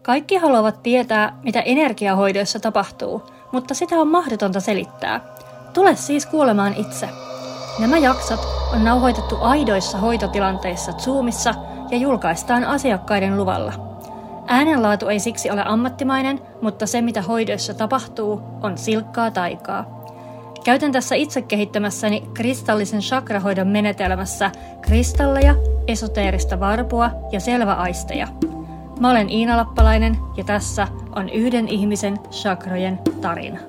Kaikki haluavat tietää, mitä energiahoidoissa tapahtuu, mutta sitä on mahdotonta selittää. Tule siis kuulemaan itse. Nämä jaksot on nauhoitettu aidoissa hoitotilanteissa Zoomissa ja julkaistaan asiakkaiden luvalla. Äänenlaatu ei siksi ole ammattimainen, mutta se mitä hoidoissa tapahtuu on silkkaa taikaa. Käytän tässä itse kehittämässäni kristallisen chakrahoidon menetelmässä kristalleja, esoteerista varpua ja selväaisteja. Mä olen Iina Lappalainen ja tässä on yhden ihmisen chakrojen tarina.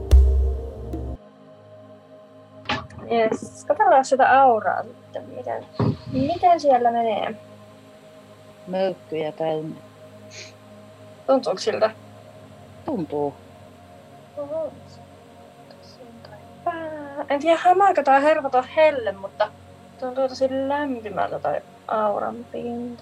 Jes, katsotaan sitä auraa sitten, miten siellä menee. Möykkyjä täynnä. Tuntuuko siltä? Tuntuu. En tiedä hämääkö tai hervota helle, mutta tuntuu tosi lämpimältä toi auran pinta.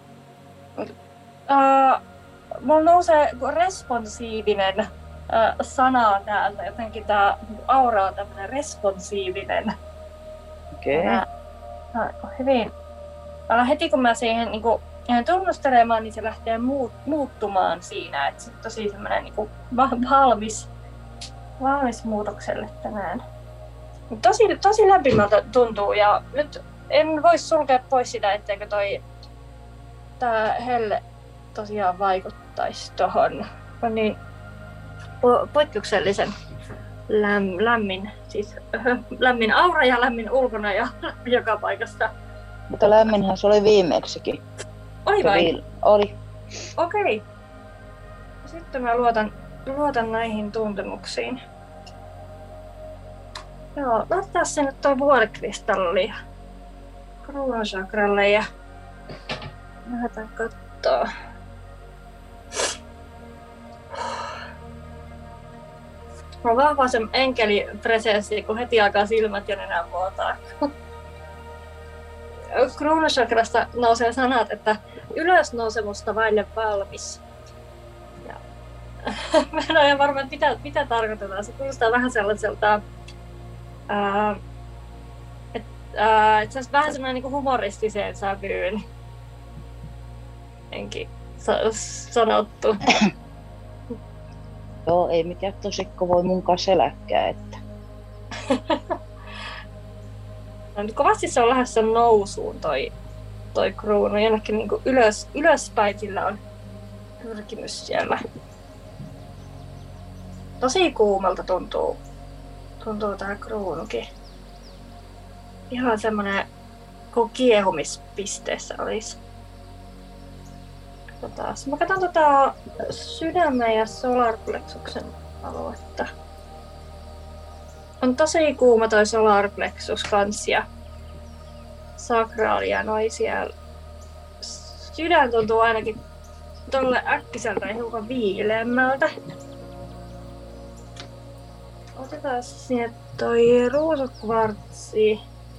Mulla nousee responsiivinen sana täältä, jotenkin tää aura on tämmönen responsiivinen. Okei. Hyvin. Heti kun mä siihen niinku tunnustelemaan, niin se lähtee muuttumaan siinä, että se on tosi semmoinen niinku valmis muutokselle tänään. Tosi lämpimältä tuntuu ja nyt en voi sulkea pois sitä, etteikö tää helle tosiaan vaikuttaisi tohon. On niin poikkeuksellisen lämmin, siis lämmin aura ja lämmin ulkona ja joka paikasta. Mutta lämminhän se oli viimeksikin. Oli vai? Oli. Okei. Sitten mä luotan näihin tuntemuksiin. Joo, laitetaan sen nyt toi vuorikristalli ja kruunasakralle ja lähdetään kattoo. On vahva se enkelipresenssi, kun heti alkaa silmät ja nenä vuotaa. Kruunasakrasta nousee sanat, että ylösnousemusta vaille valmis. Ja mä en ole varma, että mitä tarkoitetaan. Se kuulostaa vähän sellaiselta, että se olisi vähän semmoinen niin humoristiseen sävyyn. Enkin sanottu. Joo, ei mikään tosikko voi mun kanssa eläkkää, että. No, kovasti se on lähdössä nousuun toi kruunu. Jonnekin niin ylöspäin sillä on pyrkimys siellä. Tosi kuumalta tuntuu tää kruunukin. Ihan semmonen kuin kiehumispisteessä olisi. Mä katson sydämen ja solarplexuksen aluetta. On tosi kuuma toi solarplexus kans ja sakraalia noi siellä. Sydän tuntuu ainakin tolle äkkiseltä ja hiukan viileämmältä. Otetaan sinne toi ruusukvartsi.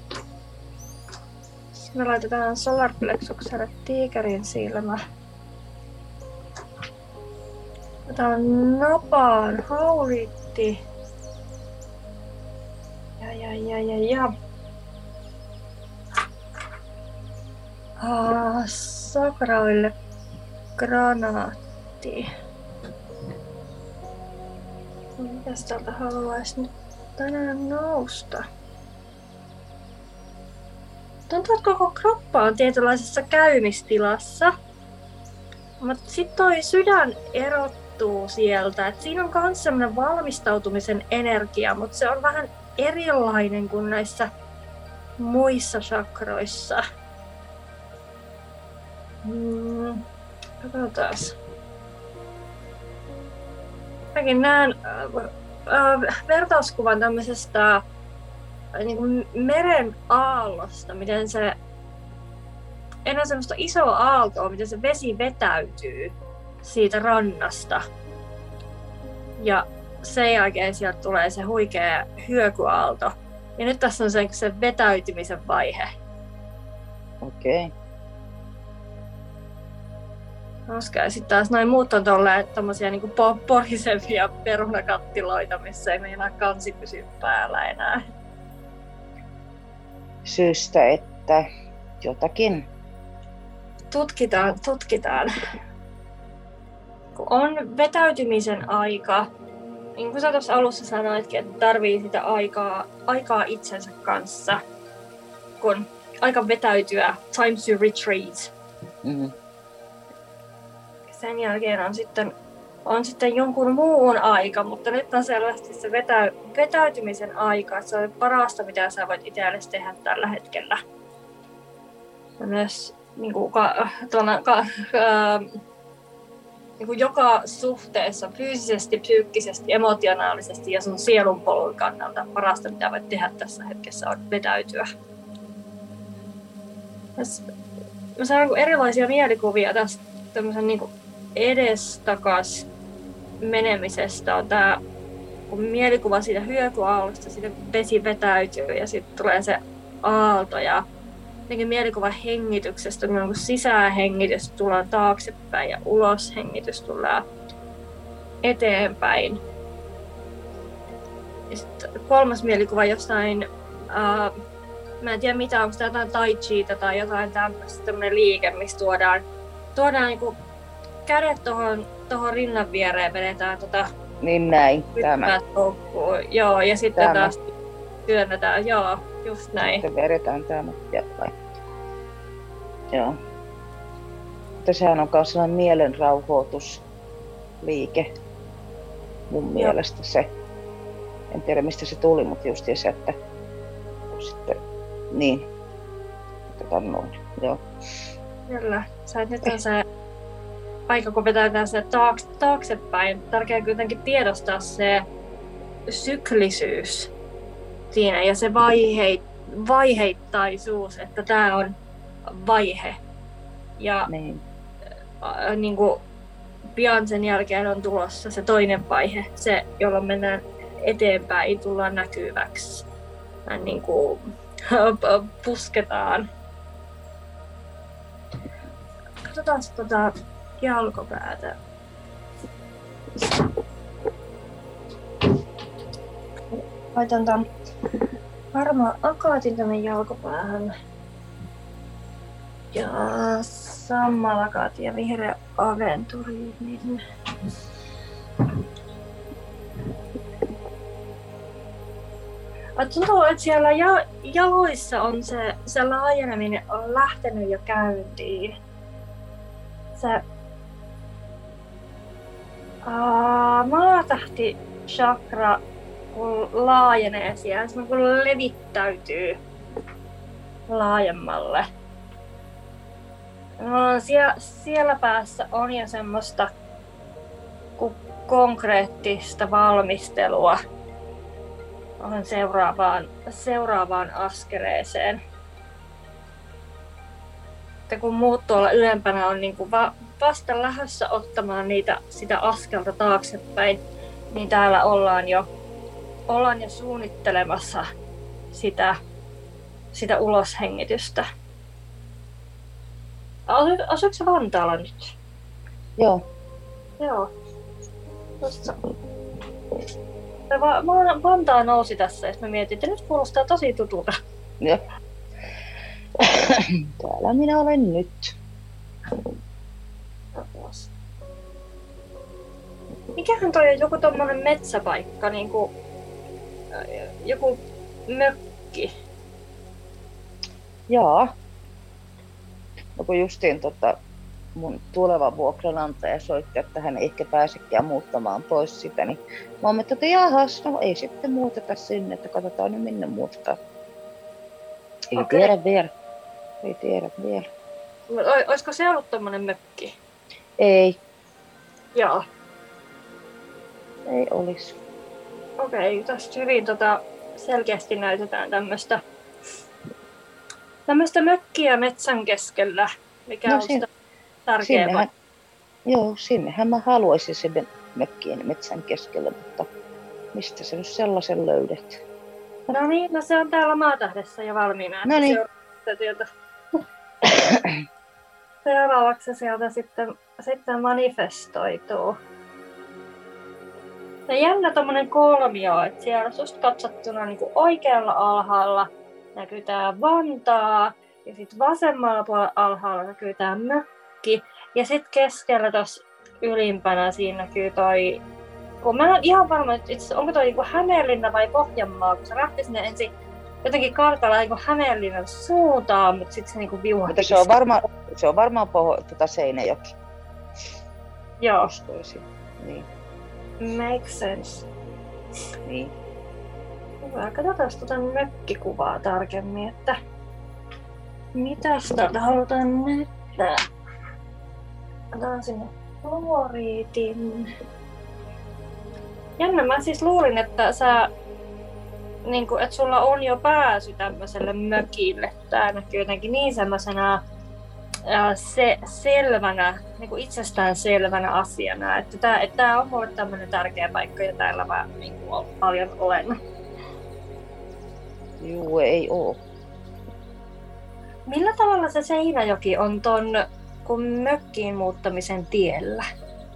Sitten me laitetaan solarplexukselle tiikerin silmä. Otetaan napaan haulitti. Ja. Sakraalille granaatti. Mitäs täältä haluaisi nyt tänään nousta? Tuntuu, että koko kroppa on tietynlaisessa käymistilassa. Mutta sitten toi sydän erottuu sieltä. Et siinä on myös sellainen valmistautumisen energia, mutta se on vähän erilainen kuin näissä muissa chakroissa. Katsotaan. Mäkin näen vertauskuvan tämmöisestä niin meren aallosta, miten se ennen semmoista isoa aaltoa, miten se vesi vetäytyy siitä rannasta. Ja sen jälkeen sieltä tulee se huikea hyökyaalto. Ja nyt tässä on se vetäytymisen vaihe. Okei. Hauska. Ja sitten taas noin muut on tommosia niinku porisevia perunakattiloita, missä ei meinaa kansi pysyä päällä enää. Syystä, että jotakin. Tutkitaan. on vetäytymisen aika. Niin kuin sä tuossa alussa sanoitkin, että tarvii sitä aikaa itsensä kanssa, kun aika vetäytyä, time to retreat. Mm. Sen jälkeen on sitten jonkun muun aika, mutta nyt on selvästi se vetäytymisen aika. Se on parasta, mitä sä voit itsellesi tehdä tällä hetkellä. Ja myös niin kuin joka suhteessa, fyysisesti, psyykkisesti, emotionaalisesti ja sun sielunpolun kannalta parasta, mitä voit tehdä tässä hetkessä, on vetäytyä. Mä saan erilaisia mielikuvia tästä tämmöisen niin edestakas menemisestä. On tää mielikuva siitä hyökyaallosta, siitä vesi vetäytyy ja sitten tulee se aalto ja mielikuva hengityksestä, kun sisäänhengitys tulee taaksepäin ja uloshengitys tulee eteenpäin. Ja sitten kolmas mielikuva jostain, mä en tiedä mitä, onko sitä jotain tai chiita tai jotain tämmöistä, tämmöinen liike, missä tuodaan niin kädet tohon rinnan viereen, vedetään Niin näin, tämä. Joo, ja sitten tämä. taas työnnetään, joo, just näin. Sitten vedetään tämä jotain. Joo. Mutta sehän on myös sellainen mielenrauhoitusliike mun mielestä se. En tiedä mistä se tuli, mutta just se, että sitten niin. Otetaan noin. Joo. Kyllä. Nyt on se aika, kun vetäytään se taaksepäin. Tärkeää kuitenkin tiedostaa se syklisyys siinä ja se vaiheittaisuus, että tämä on vaihe. Ja niin kuin pian sen jälkeen on tulossa se toinen vaihe, se, jolloin mennään eteenpäin, tullaan näkyväksi. Niin kuin pusketaan. Katsotaan jalkopäätä. Laitan tämän varmaan akaatin tänne jalkopäähän. Ja sammalakaati ja vihreä aventuriinin. Tuntuu, että siellä jaloissa on se laajeneminen on lähtenyt jo käyntiin. Se maatahti chakra kun laajenee siellä, se kun levittäytyy laajemmalle. Siellä päässä on jo semmoista konkreettista valmistelua seuraavaan askeleeseen. Että kun muut tuolla ylempänä on niin kuin vasta lähdössä ottamaan sitä askelta taaksepäin, niin täällä ollaan jo suunnittelemassa sitä uloshengitystä. Asuuko sä Vantaalla nyt? Joo. Joo. Tuossa. Vantaa nousi tässä ja mä mietin, että nyt kuulostaa tosi tutulta. Joo. Täällä minä olen nyt. Mikähän toi on joku tommonen metsäpaikka, niinku joku mökki? Jaa. No kun justiin mun tuleva vuokranantaja soitti, että hän ei ehkä pääsekään muuttamaan pois sitä, niin mä oon että jahas, no ei sitten muuteta sinne, että katsotaan nyt minne muutetaan. Ei tiedä vielä. Olisiko se ollut tommonen mökki? Ei. Joo. Ei olis. Okei, tästä hyvin selkeästi näytetään tämmöistä mökkiä metsän keskellä, mikä on sitä tärkeää. Sinnehän mä haluaisin sen mökkien metsän keskellä, mutta mistä sä nyt sellaisen löydät? No niin, no se on täällä Maatahdessa jo valmiina. No niin. Seuraavaksi sieltä sitten manifestoituu. Ja jännä tommonen kolmio, että siellä susta katsottuna niin kuin oikealla alhaalla näkyy tää Vantaa ja sitten vasemmalla puolella alhaalla näkyy tää mökki ja sitten keskellä tuossa ylimpänä siinä näkyy toi, kun mä en ole ihan varma, että itse onko toi niinku Hämeenlinna vai Pohjanmaa, kun se lähti sinne ensin jotenkin kartalla niinku Hämeenlinnan suuntaan, mutta sitten se niinku viuhahti. Mutta se on varmaan Seinäjoki. Joo. Uskoisin. Niin. Makes sense. Niin. Hyvä, katsotaan tuota mökkikuvaa tarkemmin, että mitäs täältä halutaan näyttää. Otetaan sinne fluoriitin. Jännä, mä siis luulin, että niinku, että sulla on jo pääsy tämmöiselle mökille. Tää näkyy jotenkin niin semmoisena selvänä, niinku itsestään selvänä asiana, että tää on mulle tämmönen tärkeä paikka ja täällä mä niinku paljon olen. Juu, ei oo. Millä tavalla se Seinäjoki on ton kun mökkiin muuttamisen tiellä?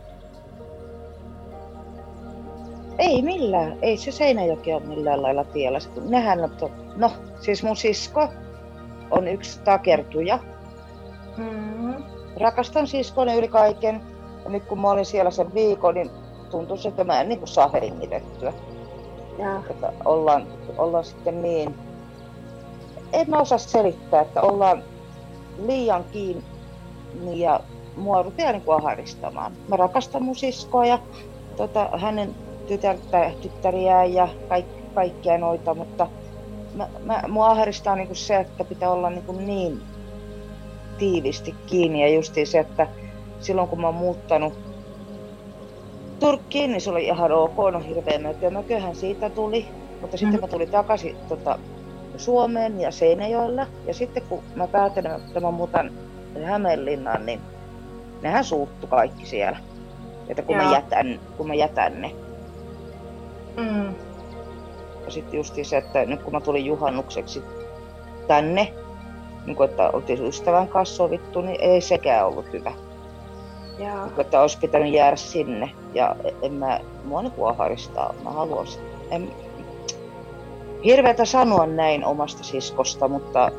Ei millään. Ei se Seinäjoki ole millään lailla tiellä. Nehän on siis mun sisko on yksi takertuja. Mm-hmm. Rakastan siskoani yli kaiken. Ja nyt kun mä olin siellä sen viikon, niin tuntui, että mä en saa hengitettyä. Että ollaan sitten niin... En mä osaa selittää, että ollaan liian kiinni ja mua rupeaa niin ahdistamaan. Mä rakastan mun siskoa ja hänen tyttäriään ja kaikkia noita, mutta mua ahdistaa niin se, että pitää olla niin tiivisti kiinni ja justiin se, että silloin kun mä oon muuttanut Turkkiin, niin se oli ihan ok, no hirveä mököhän siitä tuli, mutta sitten mä tulin takaisin Suomeen ja Seinäjoella ja sitten kun mä päätin, että mä muutan Hämeenlinnaan, niin nehän suuttu kaikki siellä, että kun mä jätän ne. Mm. Ja sitten justiin se, että nyt kun mä tulin juhannukseksi tänne, niin kun, että oltiin ystävän kanssa sovittu, niin ei sekään ollut hyvä. Niin, että olisi pitänyt jäädä sinne ja mua niin ahdistavaa, mä haluaisin. Hirveetä sanoa näin omasta siskosta, mutta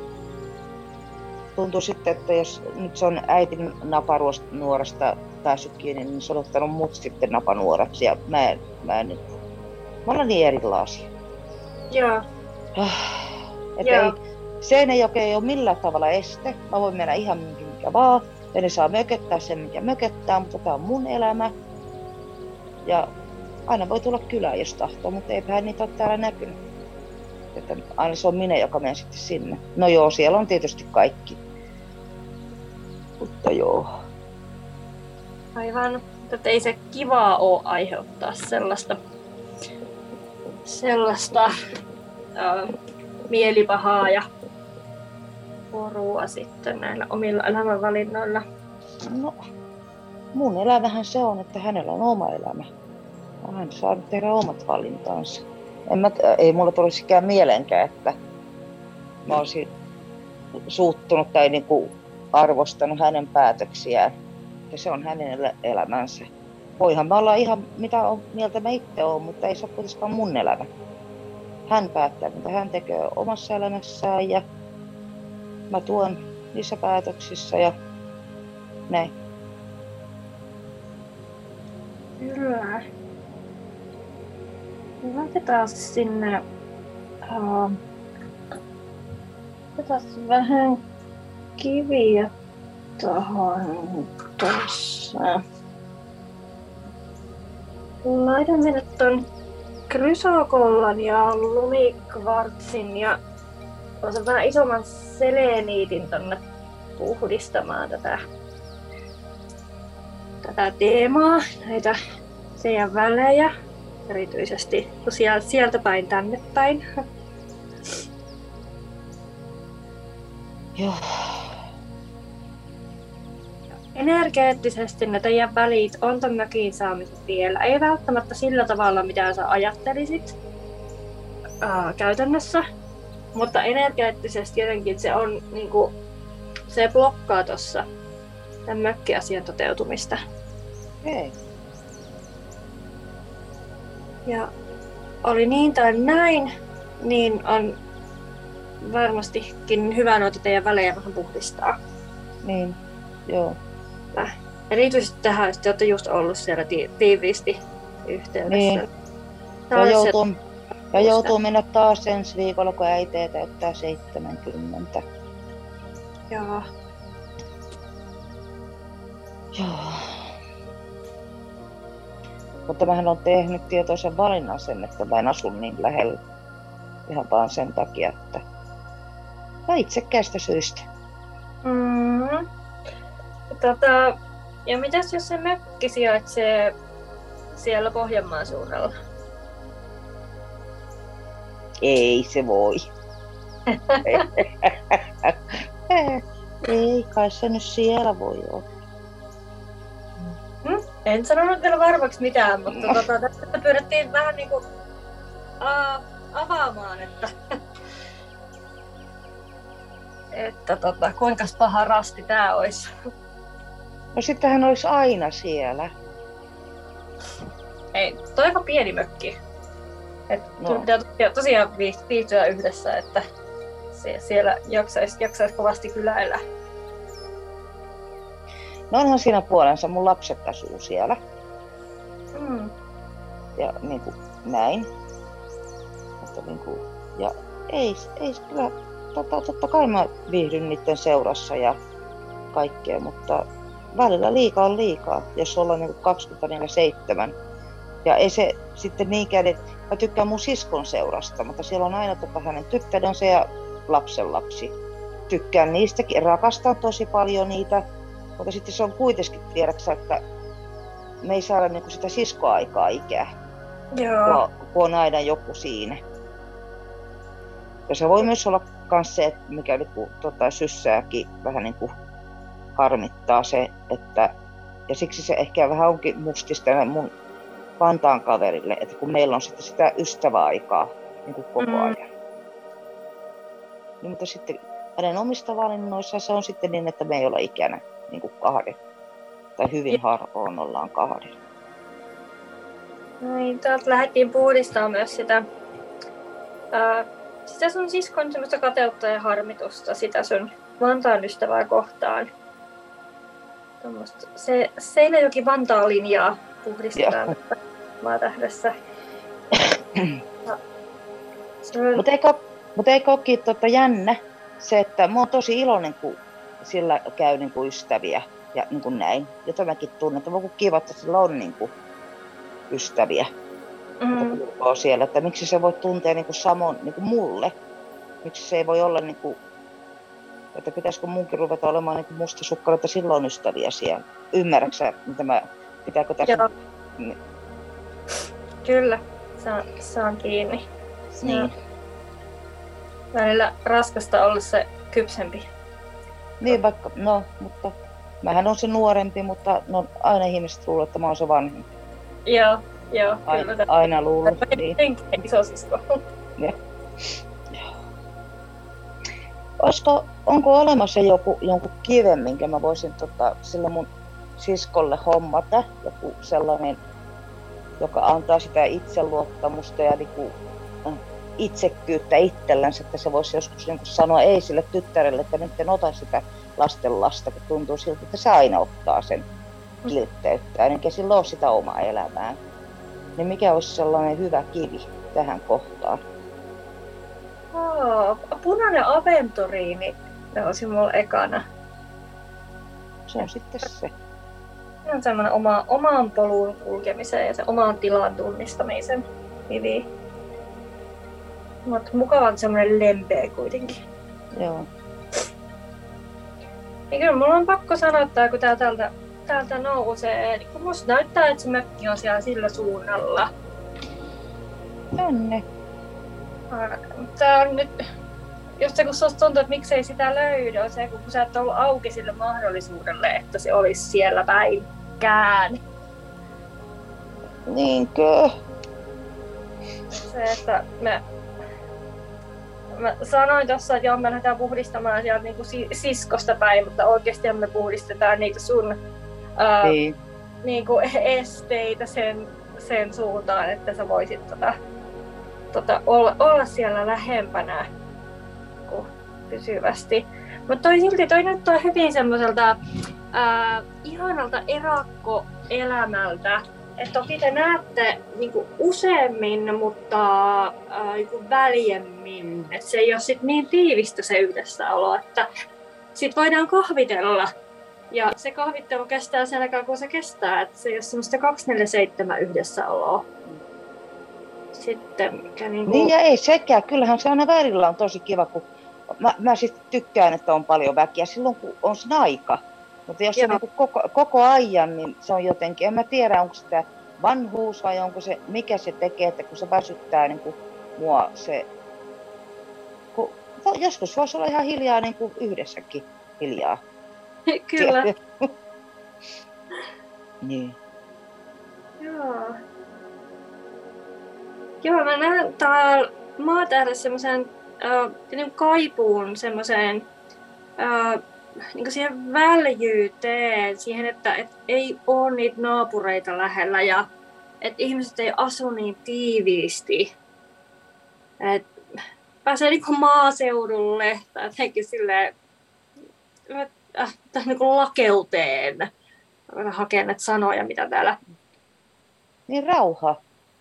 tuntuu sitten, että jos nyt se on äitin napanuorasta päässyt kiinni, niin se on ottanut mut sitten napanuoraksi ja mä olen niin erilaisia. Joo. Ei, Seinäjoki ei ole millään tavalla este. Mä voin mennä ihan mikä vaan. Ja ne saa mököttää sen, mikä mököttää, mutta tää on mun elämä. Ja aina voi tulla kylään, jos tahtoo, mutta eipähän niitä ole täällä näkynyt. Että aina se on minä, joka menee sitten sinne. No joo, siellä on tietysti kaikki. Mutta joo. Aivan, että ei se kivaa ole aiheuttaa sellaista mielipahaa ja porua sitten näillä omilla elämänvalinnoilla. No, mun elämähän se on, että hänellä on oma elämä. Hän saa tehdä omat valintansa. Ei mulla tulisikään mielenkään, että mä olisin suuttunut tai niinku arvostanut hänen päätöksiään. Ja se on hänen elämänsä. Voihan mä olla ihan mitä mieltä mä itse oon, mutta ei se ole kuitenkaan mun elämä. Hän päättää, mitä hän tekee omassa elämässään ja mä tuon lisäpäätöksissä ja näin. Kyllä. Laitetaan sinne vähän kiviä tuossa. Laitan sinne ton krysokollan ja lumikvartsin ja otan vähän isomman seleniitin tonne puhdistamaan tätä teemaa, näitä teidän välejä, erityisesti tosiaan sieltä päin tänne päin. Joo. Energeettisesti ne teidän välit on ton mökin saamisen tiellä. Ei välttämättä sillä tavalla, mitä sä ajattelisit käytännössä, mutta energeettisesti jotenkin se on niinku, se blokkaa tossa tämän mökkiasian toteutumista. Hei. Ja oli niin tai näin, niin on varmastikin hyvä noita teidän välejä vähän puhdistaa. Niin, joo. Erityisesti tähän, että olette just ollut siellä tiiviisti yhteydessä. Niin. Ja joutuu mennä taas ensi viikolla, kun äiti täyttää 70. Joo. Joo. Mutta mähän on tehnyt tietoisen valinnan sen, että mä en asu niin lähellä. Ihan vaan sen takia, että itsekkäistä syistä. Ja mitäs jos se mökki sijaitsee siellä Pohjanmaan suunnalla? Ei se voi. Ei kai se nyt siellä voi olla. En sanonut vielä varmaksi mitään, mutta tästä pyydettiin vähän niinku avaamaan, että kuinka paha rasti tää olisi. No sittenhän olisi aina siellä. Ei, toi on aika pieni mökki. Kyllä pitää tosiaan viihtyä yhdessä, että siellä jaksais kovasti kyläillä. No onhan siinä puolensa, mun lapset asuu siellä. Ja niin kuin näin. Mutta niin kuin, ja ei kyllä, totta kai mä viihdyn niiden seurassa ja kaikkea, mutta välillä liikaa on liikaa, jos ollaan niin 24/7. Ja ei se sitten niinkään, että mä tykkään mun siskon seurasta, mutta siellä on aina hänen tyttärensä ja lapsenlapsi. Tykkään niistäkin, rakastan tosi paljon niitä, mutta sitten se on kuitenkin tiedäksä, että me ei saada niinku sitä siskoaikaa ikää, kun on aina joku siinä. Ja se voi myös olla myös se, että mikä niinku, syssääkin vähän niinku harmittaa se, että ja siksi se ehkä vähän onkin mustista mun Vantaan kaverille, että kun meillä on sitten sitä ystäväaikaa niin kuin koko ajan. Niin, mutta sitten hänen omista valinnoissa se on sitten niin, että me ei olla ikänä niin kuin kahden. Tai hyvin harvoin ollaan kahden. Niin, täältä lähdettiin puhdistamaan myös sitä sun siskon semmoista kateutta ja harmitusta sitä sun Vantaan ystävää kohtaan. Tuommoista Seinäjoki-Vantaa linjaa puhdistetaan Maatähdessä. Mutta eikö olekin jännä se, että mä oon tosi iloinen, kun sillä käy niin kuin ystäviä ja niin kuin näin. Jota mäkin tunnen, että on kiva, että sillä on niin kuin ystäviä. Siellä, että miksi se voi tuntea niin kuin samoin niin kuin mulle. Miksi se ei voi olla, niin kuin, että pitäisikö munkin ruveta olemaan niin kuin mustasukkainen, että sillä on ystäviä siellä. Ymmärrätkö mitä pitääkö tässä? Joo. Kyllä, saan kiinni. Niin. Välillä raskasta olla se kypsempi. Niin vaikka, mutta mähän on se nuorempi, mutta aina ihmiset luulee, että mä oon se vanhempi. Joo, kyllä. Aina luullut. Niin. Isosisko. Onko olemassa jonkun kiven, minkä mä voisin sillä mun siskolle hommata? Joku sellainen, joka antaa sitä itseluottamusta ja niinku itsekkyyttä itsellänsä, että se voisi joskus niinku sanoa ei sille tyttärelle, että nyt en ota sitä lastenlasta, kun tuntuu siltä, että se aina ottaa sen yhteyttä, eikä sillä ole sitä omaa elämää. Niin mikä olisi sellainen hyvä kivi tähän kohtaan? Punainen aventuriini nousi mulla ekana. Se on sitten se. Se on semmoinen omaan polun kulkemiseen ja sen oman tilan tunnistamisen kivi. Mutta mukavan semmoinen lempeä kuitenkin. Joo. Ja kyllä mulla on pakko sanoa, että kun tää täältä nousee, niin kun musta näyttää, että se mökki on siellä sillä suunnalla. Tänne. Tää on nyt, just se kun susta tuntuu, että miksei sitä löydy, on se kun sä et ollut auki sille mahdollisuudelle, että se olisi siellä päinkään. Niinkö? Se, että mä sanoin tossa, että joo, me lähdetään puhdistamaan sieltä niinku siskosta päin, mutta oikeasti me puhdistetaan niitä sun niinku esteitä sen suuntaan, että sä voisit olla siellä lähempänä pysyvästi. Mutta toi näyttää hyvin semmoiselta ihanalta erakkoelämältä. Et toki te näette niinku useammin, mutta niinku väljemmin. Et se ei ole sit niin tiivistä se yhdessäolo, että sit voidaan kahvitella. Ja se kahvittelu kestää sen aikaa, kun se kestää. Et se ei ole semmoista 247 yhdessäoloa. Sitten mikä niinku... Niin ja ei sekään. Kyllähän se aina välillä on tosi kiva, kun mä sitten tykkään, että on paljon väkeä silloin, kun on sen aika. Mutta jos se on niin koko ajan, niin se on jotenkin, en mä tiedä, onko sitä vanhuus vai onko se, mikä se tekee, että kun se väsyttää niin kuin mua se... Joskus voisi olla ihan hiljaa niin kuin yhdessäkin hiljaa. Kyllä. Niin. Joo, mä näen täällä Maatähdessä semmoisen kaipuun semmoiseen niin siihen väljyyteen, siihen, että ei ole niitä naapureita lähellä ja että ihmiset ei asu niin tiiviisti. Et pääsee niin kuin maaseudulle tai jotenkin silleen niin kuin lakeuteen. Mä hakeen näitä sanoja, mitä täällä... Niin rauha.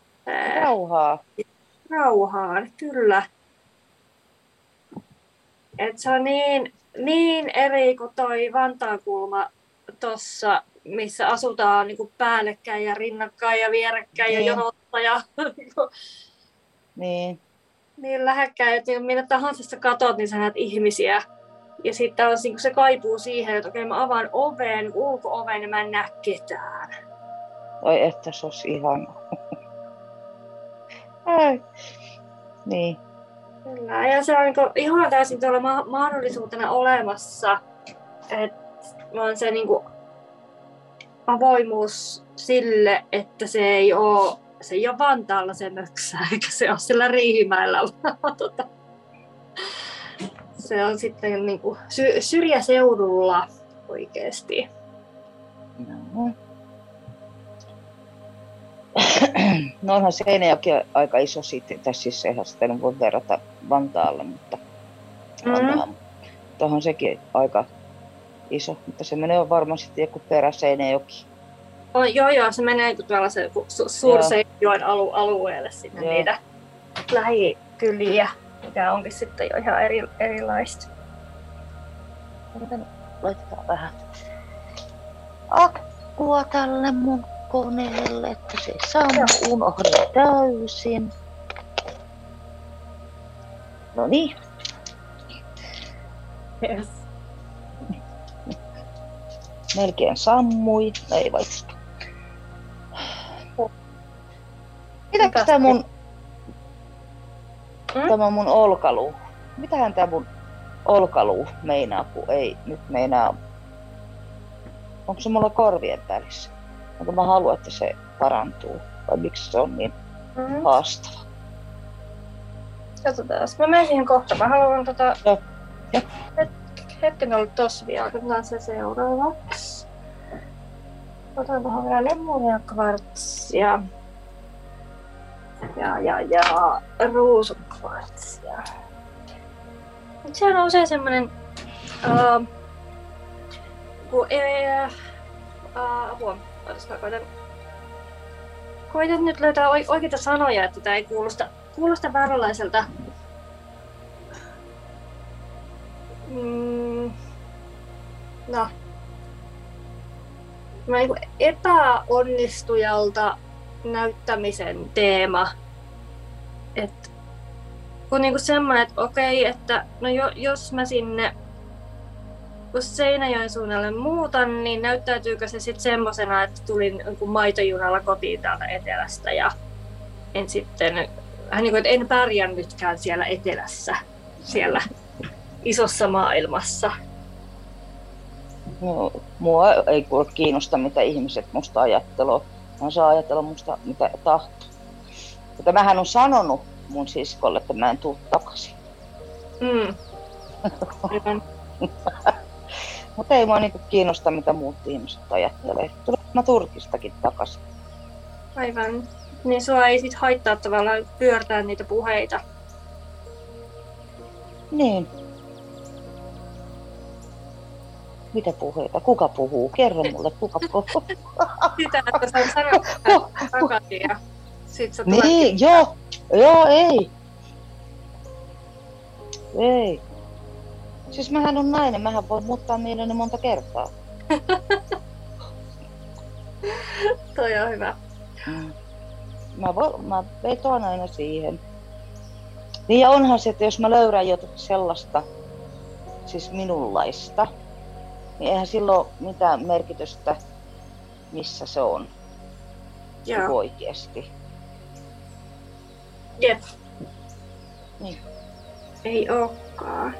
Rauhaa, kyllä. Et se on niin eri kuin toi Vantaankulma tossa, missä asutaan niinku päällekkäin ja rinnakkain ja vierekkäin ja jonotta ja niin lähekkäin, että minne tahansa sä katot, niin sä näet ihmisiä. Ja sitten on niinku se kaipuu siihen, että okei, mä avaan oven, ulko-oven ja mä en näe ketään. Oi, että se olisi ihanaa. Niin. Kyllä, ja se on niinku ihan täysin tuolla mahdollisuutena olemassa, että on se niinku avoimuus sille, että se ei ole Vantaalla se möksä, eikä se ole sillä Riihimäellä. Se on sitten niinku syrjäseudulla oikeesti. No. No onhan Seinäjoki aika iso sitten, tai siis eihän sitä nyt voi verrata Vantaalle, mutta tuohon sekin aika iso, mutta se menee varmaan sitten joku Seinäjoki. Joo, se menee tuolla se Suur-Seinäjoen alueelle sinne niitä lähikyliä, mikä onkin sitten jo ihan erilaista. Laitetaan vähän akkua tälle mun koneelle, että se ei saa unohda täysin. Noniin. Yes. Melkein sammui. Ei vaikka. Mitäks tää mun... Tämä mun olkaluu. Mitähän tää mun olkaluu meinaa, kun ei nyt meinaa... Onko se mulla korvien välissä? Onko mä haluan, että se parantuu? Vai miksi se on niin haastava? Katsotaan. Mä menen siihen kohta. Mä haluan hetken ollut tossa vielä. Katsotaan se seuraavaksi. Otan tuohon vielä lemuria, kvartsia. Ja ruusukvartsia. Mut sehän on usein semmonen... apua. Koitan nyt löytää oikeita sanoja, että tää ei kuulosta vääränlaiselta. No. Niinku epäonnistujalta näyttämisen teema. Et kun niinku semmoinen, että okei, että no jos mä sinne kun Seinäjoen suunnalle muutan, niin näyttäytyykö se sitten semmosena, että tulin maitojunalla kotiin täältä etelästä ja en sitten, niin kuin, että en pärjännytkään siellä etelässä, siellä isossa maailmassa. No, mua ei kuule kiinnosta, mitä ihmiset musta ajatteloo. Mä saa ajatella musta mitä tahtoo. Mutta mähän on sanonut mun siskolle, että mä en tuu takaisin. Mutta ei mua niinku kiinnosta, mitä muut ihmiset ajattelee. Tulen mä Turkistakin takaisin. Aivan. Niin sua ei sit haittaa tavallaan pyörtää niitä puheita. Niin. Mitä puheita? Kuka puhuu? Kerro mulle, kuka puhuu? Sitä, että sä sanot takaisin ja sit sä tuletkin. Niin, joo, ei. Ei. Siis mähän on nainen, mähän voin muuttaa mieleni monta kertaa. Toi on hyvä. Mä vetoan aina siihen. Niin ja onhan se, että jos mä löydän jotain sellaista, siis minunlaista, niin eihän sillä ole mitään merkitystä, missä se on. Joo. Oikeesti. Jep. Niin. Ei ookaan.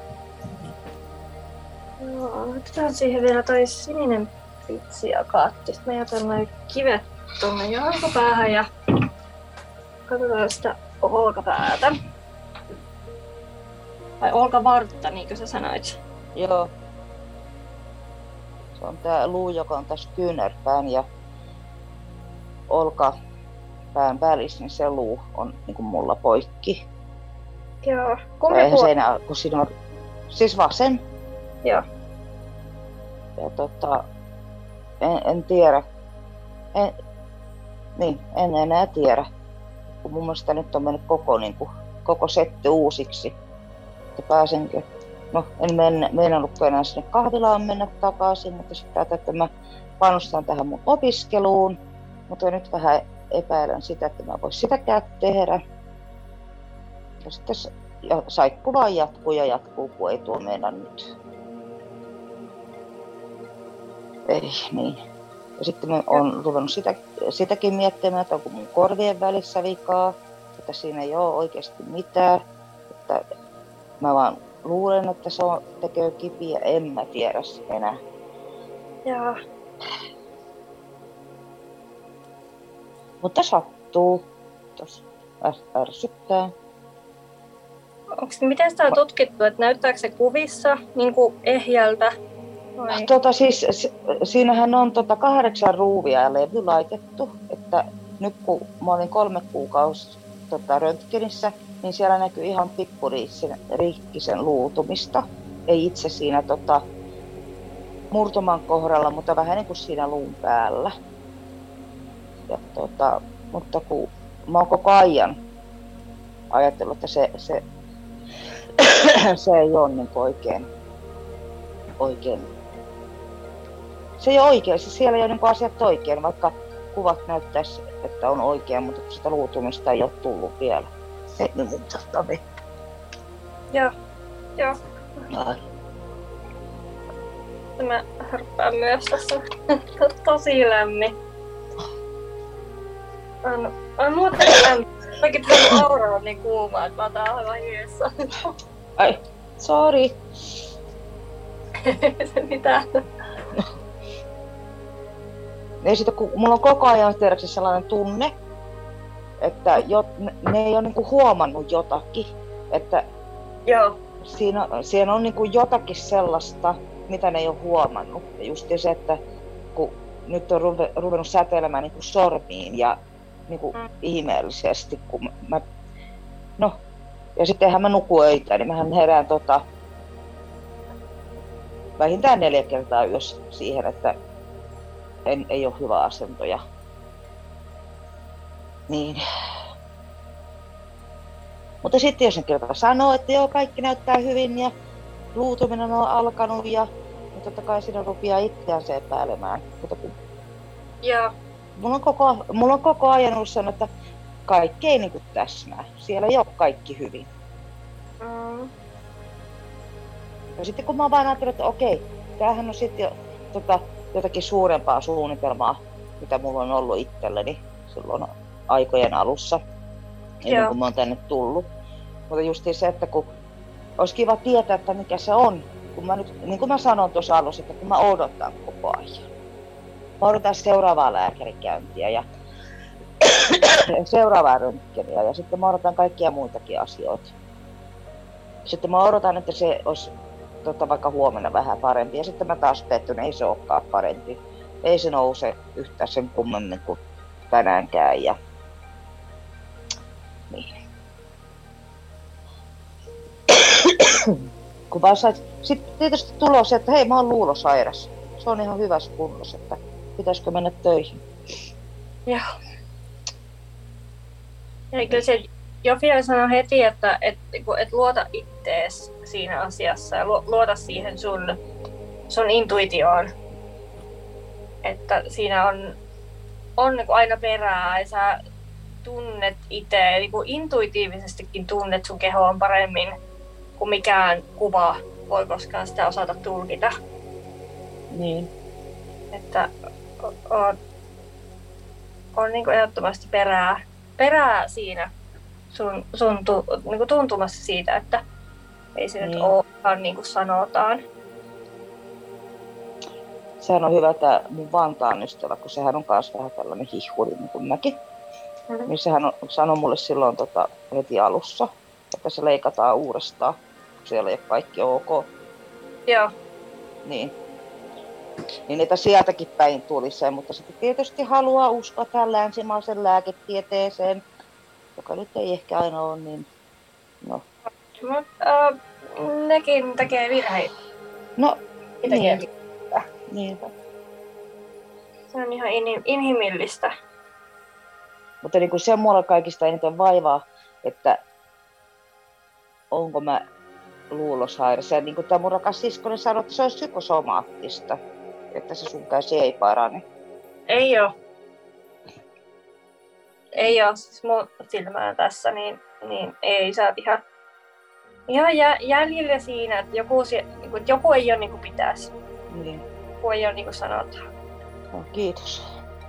Joo, otetaan siihen vielä toi sininen pitsi ja kaatti. Sitten me jätän noin kivet tuonne jalkapäähän ja katsotaan sitä olkapäätä. Tai olkavartta, niin kuin sä sanoit. Joo. Se on tää luu, joka on tässä kyynärpään ja olkapään välissä, niin se luu on niinku mulla poikki. Joo. Eihän se enää, kun siinä on siis vasen. Joo. Ja en tiedä. En enää tiedä. Kun mun mielestä nyt on mennyt koko setti uusiksi. Että pääsenkö. No, en meinannutko enää sinne kahvilaan mennä takaisin, mutta sitten että mä panostan tähän mun opiskeluun. Mutta nyt vähän epäilen sitä, että mä vois sitäkään tehdä. Ja sitten saikku vaan jatkuu, kun ei tuo meinaa nyt. Ei, niin. Ja sitten mä oon ruvennut sitäkin miettimään, että onko mun korvien välissä vikaa, että siinä ei ole oikeasti mitään. Että mä vaan luulen, että se tekee kipiä, en mä tiedä enää. Joo. Mutta sattuu. Tos ärsyttää. Miten sitä on tutkittu, että näyttääkö se kuvissa niin kuin ehjältä? Vai? Siis siinähän on 8 ruuvia ja levy laitettu, että nyt kun mä olin 3 kuukausi röntgenissä, niin siellä näkyy ihan pikkuriikkisen luutumista. Ei itse siinä murtuman kohdalla, mutta vähän niin kuin siinä luun päällä. Ja mutta kun mä oon koko ajan ajatellut, että se ei ole niin oikein. Se ei ole oikein, siis siellä ei ole niin asiat oikein, vaikka kuvat näyttäisi, että on oikein, mutta kun sitä luutumista ei ole tullut vielä. Se nyt muuttaa vettä. Joo. Ai. Mä harppaan myös tässä. Tosi lämmin. On muuten lämmin. Mäkin tuon aura on niin kuuma, että mä otan aivan hiessä. Ai, sorry. Se mitään. Ja sitten kun mulla on koko ajan tiedäksi sellainen tunne, että ne ei ole niinku huomannut jotakin, että Joo. Siinä on niinku jotakin sellaista, mitä ne ei ole huomannut. Ja just se, että kun nyt on ruvennut säteilemään niinku sormiin ja niinku ihmeellisesti, kun ja sitten eihän mä nuku öitä, niin mähän herään vähintään 4 kertaa yössä siihen, että ei ole hyvä asento ja niin. Mutta sitten jos ne kerta sanoo, että joo, kaikki näyttää hyvin ja luutuminen on alkanut ja niin totta kai siinä rupeaa itseänsä epäilemään. Mutta Joo. Mulla on koko ajan ollut sanonut, että kaikki ei niin kuin täsmää. Siellä ei ole kaikki hyvin. Ja sitten kun mä vaan ajattelin, että okei, tämähän on sitten jo jotakin suurempaa suunnitelmaa, mitä mulla on ollut itselleni silloin aikojen alussa, ennen kuin mä oon tänne tullut. Mutta justiin se, että kun olisi kiva tietää, että mikä se on, kun mä nyt, niin kuin mä sanoin tuossa alussa, että kun mä odotan koko ajan. Mä odotan seuraavaa lääkärikäyntiä ja seuraavaa röntgeniä ja sitten mä odotan kaikkia muitakin asioita. Sitten mä odotan, että se olisi vaikka huomenna vähän parempi ja sitten mä taas pettyn, ei se olekaan parempi. Ei se nouse yhtään sen kummemmin kuin tänäänkään ja niin. Kun vaan sitten tietysti tulee se, että hei, mä oon luulosairas. Se on ihan hyvässä kunnossa, että pitäisikö mennä töihin. Joo. Ja kyllä se Jofiel sanoi heti, että luota ittees siinä asiassa ja luota siihen sun intuitioon. Että siinä on niin kuin aina perää ja sä tunnet itse, niin kuin intuitiivisestikin tunnet sun kehoon paremmin kuin mikään kuva voi koskaan sitä osata tulkita. Niin. Että on niin kuin ehdottomasti perää siinä sun niin kuin tuntumassa siitä, että ei se nyt olekaan niin kuin sanotaan. Sehän on hyvä tämä mun Vantaan ystävä, kun sehän on myös vähän tällainen hihuri niin kuin mäkin. Mm-hmm. Niin sehän sanoi mulle silloin heti alussa, että se leikataan uudestaan, kun siellä ei ole kaikki ok. Joo. Niin, että sieltäkin päin tuli se, mutta sitten tietysti haluaa uskoa tähän länsimaisen lääketieteeseen, joka nyt ei ehkä aina ole niin, no. Nekin tekee virheitä. No, niinpä. Se on ihan inhimillistä. Mutta niin kuin se mulle kaikista eniten vaivaa, että onko mä luulosairas. Ja niin kuin tämä mun rakas siskoni sanoi, että se on psykosomaattista, että se sun käsi ei parane. Ei oo. Siis mun silmään tässä, niin ei saa ihan jäljellä siinä, että joku ei ole niin kuin pitäisi. Niin. Joku ei ole niin kuin sanotaan. No, kiitos.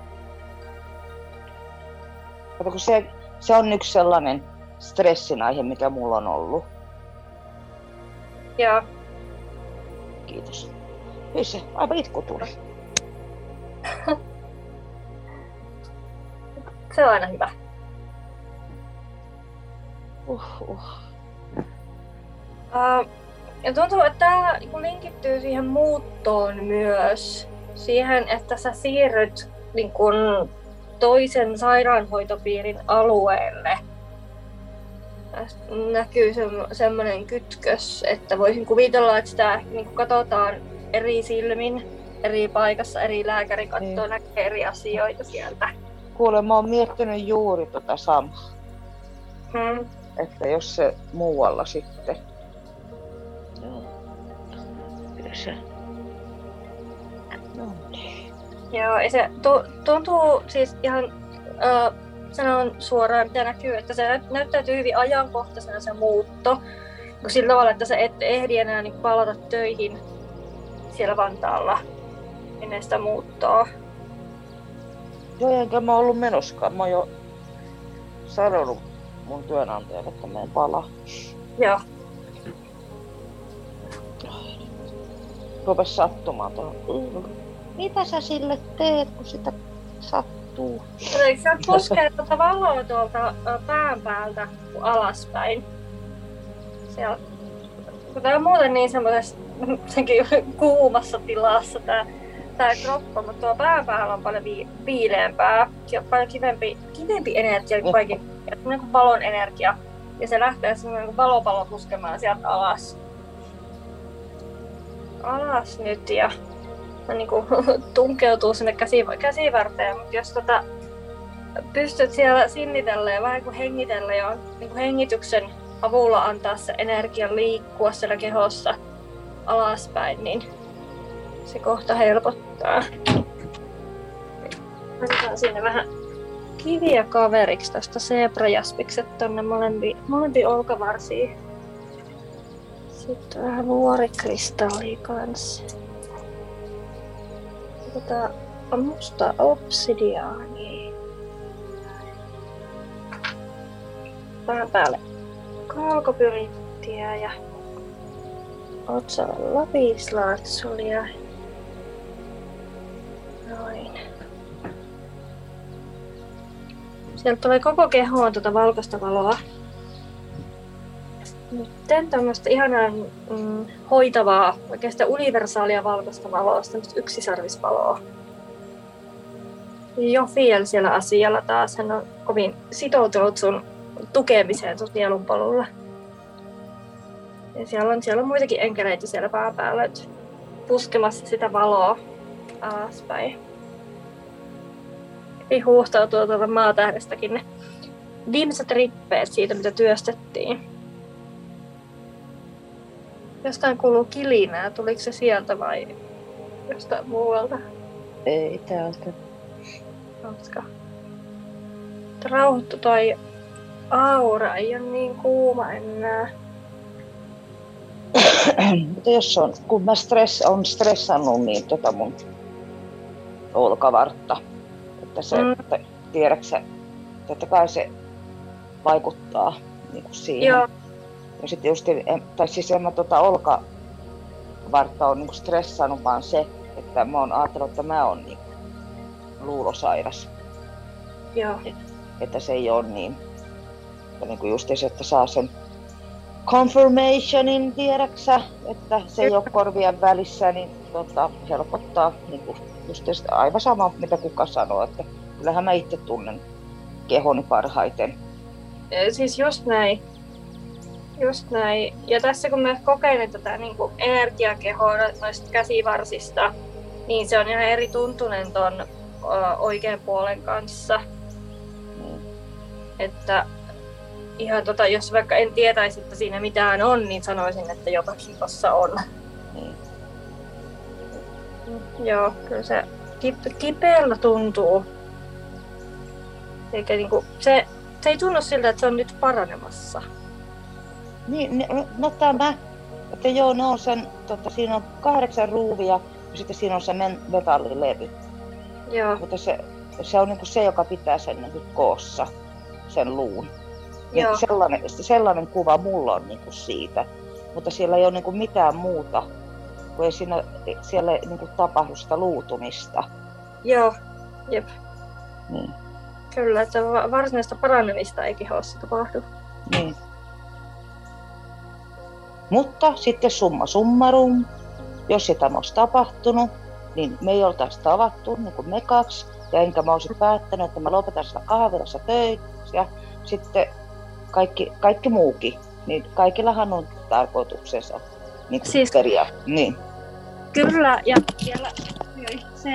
Kato, kun se on yksi sellainen stressin aihe, mikä mulla on ollut. Joo. Kiitos. Hyi se, aivan itku tuli. Se on aina hyvä. Ja tuntuu, että tämä linkittyy siihen muuttoon myös. Siihen, että sä siirryt niin kun toisen sairaanhoitopiirin alueelle. Tästä näkyy semmoinen kytkös, että voisin kuvitella, että sitä niin katsotaan eri silmin, eri paikassa, eri lääkäri katsoo, näkee eri asioita sieltä. Kuule, mä oon miettinyt juuri tota samaa. Että jos se muualla sitten. Joo. Se. No niin. Joo, ja se tuntuu siis ihan, sanon suoraan mitä näkyy, että se näyttäytyy hyvin ajankohtaisena se muutto. Sillä tavalla, että sä et ehdi enää niin palata töihin siellä Vantaalla ennen sitä muuttoa. Joo, enkä mä ollut menoskaan. Mä oon jo sanonut mun työnantajalle, että mä en palaa. Joo. Rupes sattumaan tuohon. Mitä sä sille teet, kun sitä sattuu? Eikö sä puskee tuota valoa tuolta pään päältä alaspäin? Siellä, kun tää on muuten niin semmoisessa kuumassa tilassa tää kroppa, mutta tuo pään päällä on paljon viileämpää. Siellä on paljon kivempi energia kuin kaikki. Semmoinen kuin valon energia. Ja se lähtee semmoinen kuin valopallo puskemaan sieltä alas. Alas nyt ja niin kuin tunkeutuu sinne käsivarteen, mutta jos pystyt siellä sinnitellä ja vähän kuin hengitellä ja niin kuin hengityksen avulla antaa se energia liikkua siellä kehossa alaspäin, niin se kohta helpottaa. Annetaan sinne vähän kiviä kaveriksi tästä zebrajaspikset tonne molempiin olkavarsiin. Sitten vähän vuorikristallia kanssa. Otetaan musta obsidiaania. Vähän päälle kaukopyrittiä ja otsalle lapislaatsulia. Noin. Sieltä tulee koko kehoon tuota valkoista valoa. Nyt tämmöistä ihanaa hoitavaa, oikeastaan universaalia valkoista valoa, tämmöistä yksisarvisvaloa. Jofiel siellä asialla taas, hän on kovin sitoutunut sun tukemiseen sun sielunpolulla. Ja siellä on muitakin enkeleitä siellä pään päällä puskemassa sitä valoa alaspäin. Huuhtautuu tuolta maatähdestäkin ne viimeiset rippeet siitä, mitä työstettiin. Jostain kuuluu kilinää. Tuliko se sieltä vai jostain muualta? Ei täältä. Hauska. Rauhoittu toi aura, ei ole niin kuuma enää. Mutta jos on, kun mä on stressannut niin mun olkavartta, että se, tiedäksä, totta kai se vaikuttaa niin kuin siihen. Joo. Ja sitten just, tai siis en mä olkavartta on niin kuin stressannut, vaan se, että mä oon ajatellut, että mä oon niin luulosairas. Joo. Että se ei ole niin kuin just se, että saa sen confirmationin, tiedäksä, että se ei ole korvien välissä, niin helpottaa niin kuin just aivan sama, mitä kuka sanoo, että kyllähän mä itse tunnen kehoni parhaiten. Siis just näin. Just näin. Ja tässä kun mä kokeilen tätä niin kuin energiakehoa noista käsivarsista, niin se on ihan eri tuntunen ton oikean puolen kanssa. Että ihan jos vaikka en tietäisi, että siinä mitään on, niin sanoisin, että jotakin tossa on. Joo, kyllä se kipeällä tuntuu. Eikä niinku, se ei tunnu siltä, että se on nyt paranemassa. Niin, no tämä, että joo, ne on sen, siinä on 8 ruuvia ja sitten siinä on se metallilevy. Joo. Mutta se on niinku se, joka pitää sen niinku koossa, sen luun. Niin sellainen kuva mulla on niinku siitä, mutta siellä ei ole niinku mitään muuta, kun ei siellä niinku tapahdu sitä luutumista. Joo, jep. Niin. Kyllä, että varsinaista paranemista ei kehossa tapahdu. Niin. Mutta sitten summa summarum, jos sitä olisi tapahtunut, niin me ei oltaisi tavattu niin kuin me kaksi. Ja enkä mä olisin päättänyt, että mä lopetan sitä kahvilassa töitä ja sitten kaikki muukin. Niin kaikillahan on tarkoituksensa niin kuin siis, niin. Kyllä, ja vielä se,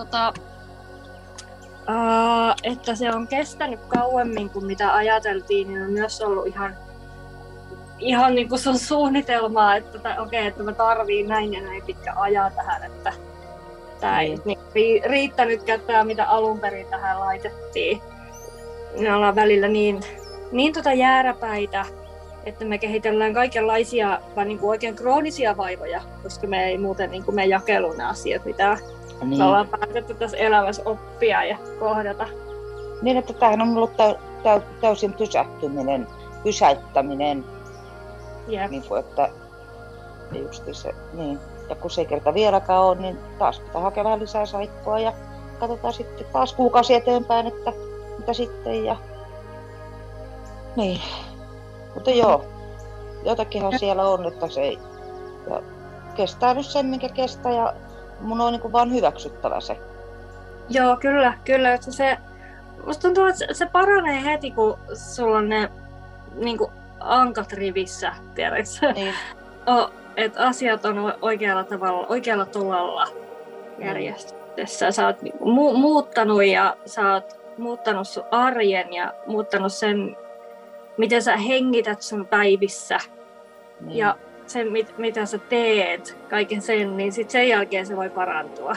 että se on kestänyt kauemmin kuin mitä ajateltiin, niin on myös ollut ihan niin kuin sun suunnitelmaa, että että mä tarviin näin ja näin pitkä ajan tähän, että tää ei riittänytkään tämä, mitä alun perin tähän laitettiin. Me ollaan välillä niin jääräpäitä, että me kehitellään kaikenlaisia niin kuin oikein kroonisia vaivoja, koska me ei muuten niin kuin me jakelu ne asiat, mitä me ollaan päätetty tässä elämässä oppia ja kohdata. Niin, että tämähän on ollut täysin pysäyttäminen. Yep. Niin kuin, että justi se, niin. Ja kun se ei kerta vieläkään ole, niin taas pitää hakea vähän lisää saikkoa ja katsotaan sitten taas kuukausi eteenpäin, että mitä sitten. Ja niin. Mutta joo, jotakinhan siellä on, että se ei ja kestää nyt sen, minkä kestää ja mun on niin kuin vaan hyväksyttävä se. Joo, kyllä. Että musta tuntuu, että se paranee heti, kun sulla on ne niin kuin ankat rivissä, tiedätkö? Niin. Että asiat on oikealla tavalla, oikealla tolalla järjestyksessä. Sä oot niinku muuttanut ja sä oot muuttanut sun arjen ja muuttanut sen, miten sä hengität sun päivissä. Niin. Ja sen, mitä sä teet, kaiken sen, niin sit sen jälkeen se voi parantua.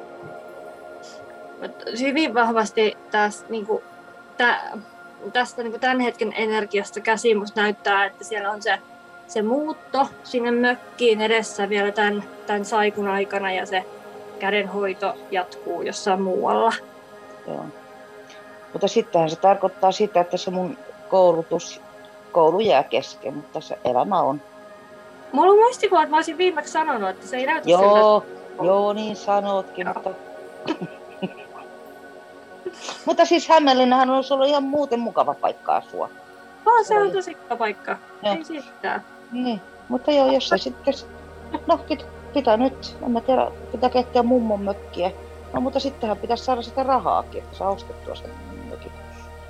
Hyvin vahvasti tästä tämän hetken energiasta käsin musta näyttää, että siellä on se muutto sinne mökkiin edessä vielä tämän saikun aikana ja se kädenhoito jatkuu jossain muualla. Joo. Mutta sittenhän se tarkoittaa sitä, että se mun koulu jää kesken, mutta se elämä on. Mulla on muistikuva, että mä olisin viimeksi sanonut, että se ei näytä siltä. Joo, niin sanotkin, mutta mutta siis Hämeenlinnähän olisi ollut ihan muuten mukava paikka asua. Se on tosi hyvä paikka. Joo. Ei siitä. Niin, mutta joo, jos se sitten, no pitää nyt, en mä tiedä, pitää kehittää mummon mökkiä. No mutta sittenhän pitäisi saada sitä rahaakin, että saa ostettua sen mökin.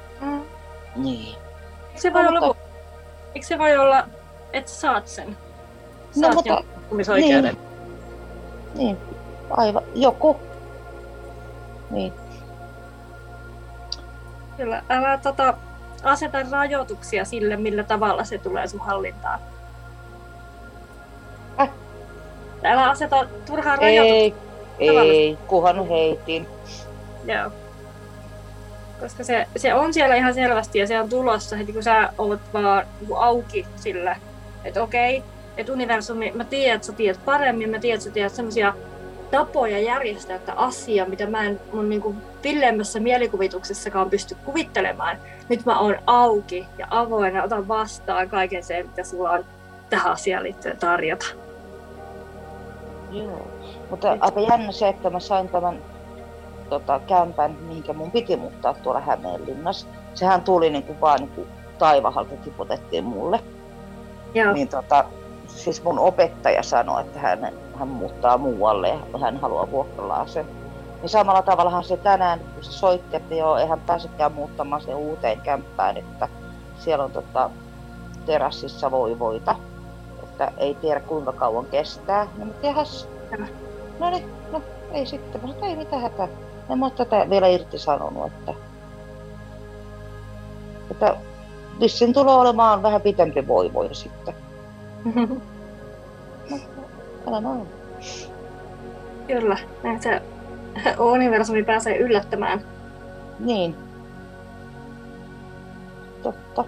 Niin. Eikö se voi olla, että saat sen? Saat mutta nukkumisoikeuden. niin, aivan, joku. Niin. Kyllä, älä aseta rajoituksia sille, millä tavalla se tulee sun hallintaan. Älä aseta turhaa rajoituksia. Ei, kunhan heitin. Joo. Koska se on siellä ihan selvästi ja se on tulossa heti kun sä olet vaan auki sille, että okei, että universumi, mä tiedän, että sä tiedät paremmin, mä tiedän, että sä tiedät semmosia tapoja järjestää tätä asiaa, mitä mä en mun niinku villeimmässä mielikuvituksessakaan pysty kuvittelemaan. Nyt mä oon auki ja avoin ja otan vastaan kaiken sen, mitä sulla on tähän asiaan liittyen tarjota. Joo, mutta aika jännä se, että mä sain tämän kämpän, mihinkä mun piti muuttaa tuolla Hämeenlinnassa. Sehän tuli vaan taivahalta tiputettiin mulle. Joo. Niin siis mun opettaja sanoi, että hän muuttaa muualle ja hän haluaa vuokralaisen. Niin samalla tavallahan se tänään, kun se soitti, että joo, eihän pääsekään muuttamaan sen uuteen kämppään, että siellä on terassissa voita, että ei tiedä kuinka kauan kestää. No mä tehäs. No niin, no ei sitten. Mä sanoin, ei mitään hätää. En mä oon tätä vielä irti sanonut, että vissiin tulee olemaan vähän pitempi voivoja sitten. Älä noin. Kyllä, näin se universumi pääsee yllättämään. Niin. Totta.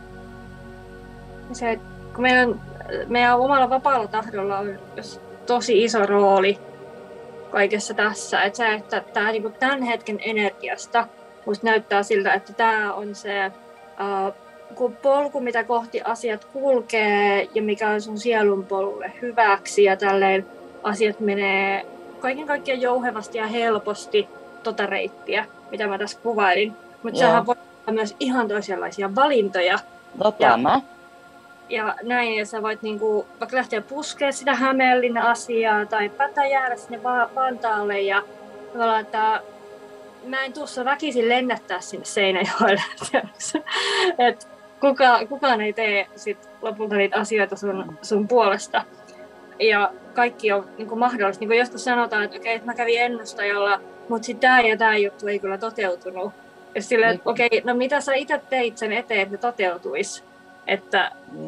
Se, kun meidän omalla vapaalla tahdolla on tosi iso rooli kaikessa tässä. Että tämä niinku tämän hetken energiasta musta näyttää siltä, että tämä on se polku, mitä kohti asiat kulkee ja mikä on sun sielun polulle hyväksi ja tälleen asiat menee kaiken kaikkiaan jouhevasti ja helposti tota reittiä, mitä mä tässä kuvailin. Mutta sehän voi olla myös ihan toisenlaisia valintoja. No tämä. Ja näin, ja sä voit niinku, vaikka lähteä puskemaan sitä Hämeenlinnan asiaa tai päättää jäädä sinne Vantaalle ja tavallaan, että mä en tuossa väkisin lennättää sinne Seinäjoelle. Et kukaan ei tee sit lopulta niitä asioita sun puolesta. Ja kaikki on niinku mahdollista. Niin kuin joskus sanotaan, että okei, mä kävin ennustajalla, mutta sitten tämä ja tämä juttu ei kyllä toteutunut. Ja silleen, että okei, no mitä sä itse teit sen eteen, että ne toteutuisi? Että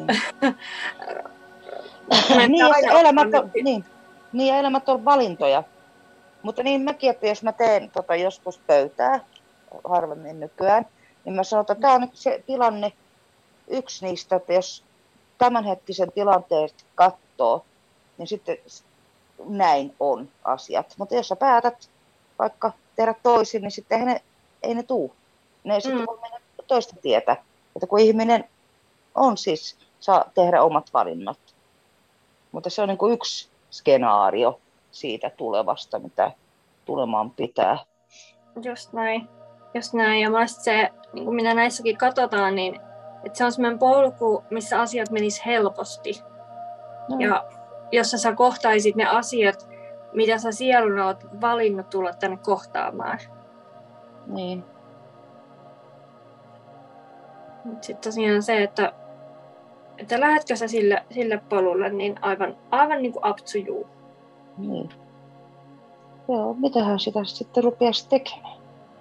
elämät on valintoja. Mutta niin mäkin, että jos mä teen joskus pöytää, harvemmin nykyään, niin mä sanon, että tämä on nyt se tilanne, yksi niistä, että jos tämänhetkisen tilanteen katsoo, niin sitten näin on asiat. Mutta jos sä päätät vaikka tehdä toisin, niin sitten ei ne tuu. Ne ei sitten voi mennä toista tietä. Että kun ihminen on siis, saa tehdä omat valinnat. Mutta se on niin kuin yksi skenaario siitä tulevasta, mitä tulemaan pitää. Just näin. Ja mielestäni se, niin kuin mitä näissäkin katsotaan, niin että se on sellainen polku, missä asiat menis helposti. No. Ja jos sä kohtaisit ne asiat, mitä sä sieluna oot valinnut tulla tänne kohtaamaan. Niin. Sitten tosiaan se, että lähdetkö sä sille polulle, niin aivan niin kuin up to you. Niin. Joo, mitähän sitä sitten rupeaisi tekemään?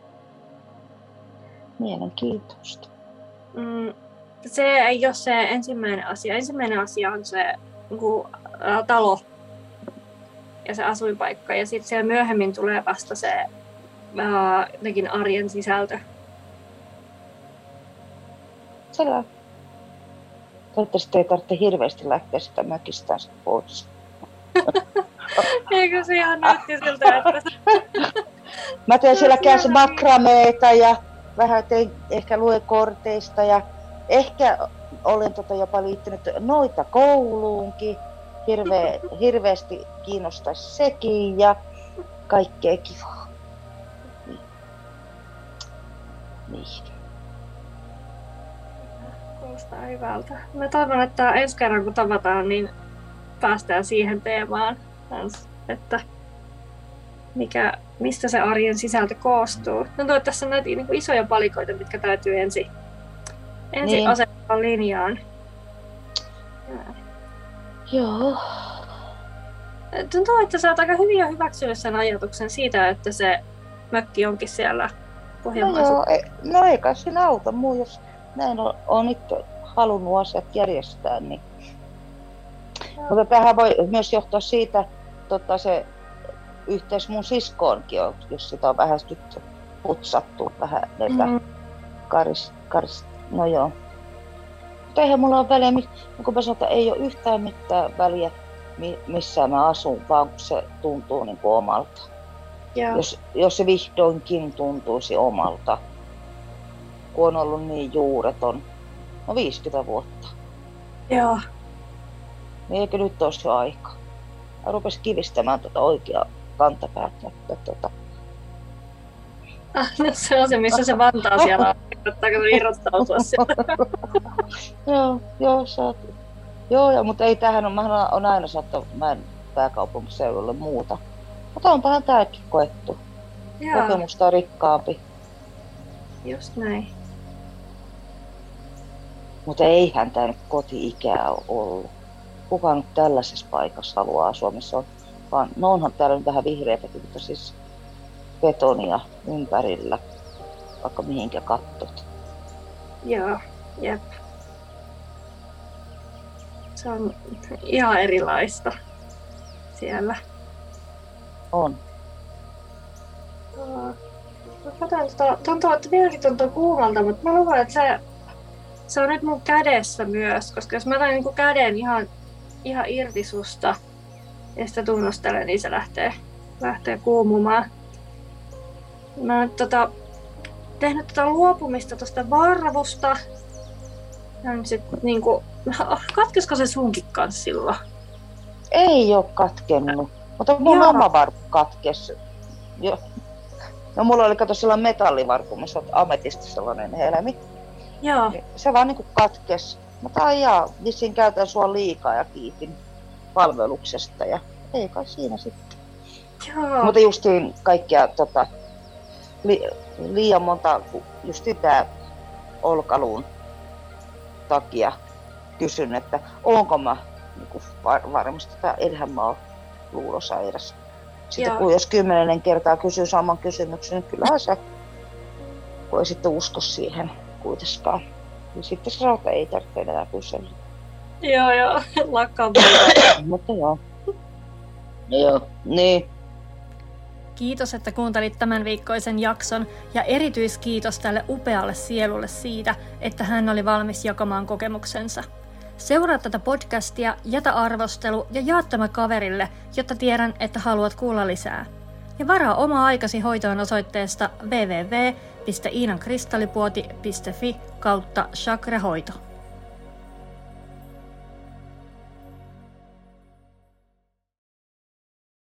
Mielenkiintoista. Se ei ole se ensimmäinen asia. Ensimmäinen asia on se talo ja se asuinpaikka. Ja sitten siellä myöhemmin tulee vasta se jotenkin arjen sisältö. Selvä. Toivottavasti ei tarvitse hirveästi lähteä sitä mökistään pois. Eikö se ihan näytti siltä, että... Mä teen siellä käsin makrameita ja vähän tein ehkä luekorteista ja ehkä olen jopa liittynyt noita kouluunkin. Hirveästi kiinnostaisi sekin ja kaikkea kivaa. Niin. Kuulostaa hyvältä. Mä toivon, että ensi kerran kun tavataan, niin päästään siihen teemaan, että mistä se arjen sisältö koostuu. No tässä on näitä niin kuin isoja palikoita, mitkä täytyy ensin niin asettaa linjaan. Joo. Tuntuu, että sä oot aika hyvin jo hyväksynyt sen ajatuksen siitä, että se mökki onkin siellä Pohjanmaalla. No ei kai siinä auta muu, jos näin on itse halunnut asiat järjestää. Niin. Mutta tähän voi myös johtua siitä, se yhteys mun siskoonkin on, jos sitä on vähän nyt putsattu vähän näitä no joo. Mutta eihän mulla ole väliä, niin kun mä sanon, että ei ole yhtään mitään väliä, missä mä asun, vaan kun se tuntuu niin kuin omalta. Jos se vihdoinkin tuntuisi omalta, kun on ollut niin juureton, 50 vuotta. Joo. Niin eikö nyt olisi jo aika? Mä rupesin kivistämään oikeaa kantapäätä. No se on se, missä se Vantaa siellä on. Ottaako me irrottautua sieltä? Joo, mutta ei tähän mä on aina saattanut, mä en pääkaupunkiseudulle muuta. Mutta onpahan tääkin koettu. Joo. Kokemusta on rikkaampi. Just näin. Mutta eihän tää nyt koti-ikää ole ollut. Kuka nyt tällaisessa paikassa haluaa Suomessa on? Vaan, no onhan täällä nyt vähän vihreätäkin, mutta siis betonia ympärillä, vaikka mihinkä katsot. Joo, jep. Se on ihan erilaista siellä. On. Tuntuu, että vieläkin tuntuu kuumalta, mutta mä luulen, että se on nyt mun kädessä myös, koska jos mä otan niin käden ihan irti susta ja sitä tunnustelen, niin se lähtee kuumumaan. Mä oon tehnyt luopumista tuosta varvusta. Katkesko se sunkin kanssa silloin? Ei oo katkennut, mutta mun oma varpu katkesi. No mulla oli sellainen metallivarpu, missä on ametista sellainen helmi. Joo. Se vaan niinku katkesi. Mutta vissiin käytän sua liikaa ja kiitin palveluksesta ja ei kai siinä sitten. Joo. Mutta justiin kaikkia liian monta, justiin tää olkaluun takia kysyn, että onko mä niinku varmasti, että enhän mä oon luulosairas. Sitten kun jos 10. kertaa kysyy saman kysymyksen, niin kyllähän se voi sitten usko siihen kuitenkaan. Ja sitten se sanoo, että ei tarvitse enää kysellä. Joo, lakkaan. Mutta joo, niin. Kiitos, että kuuntelit tämän viikkoisen jakson ja erityiskiitos tälle upealle sielulle siitä, että hän oli valmis jakamaan kokemuksensa. Seuraa tätä podcastia, jätä arvostelu ja jaa tämä kaverille, jotta tiedän, että haluat kuulla lisää. Ja varaa oma aikasi hoitoon osoitteesta www.iinankristallipuoti.fi/chakrahoito.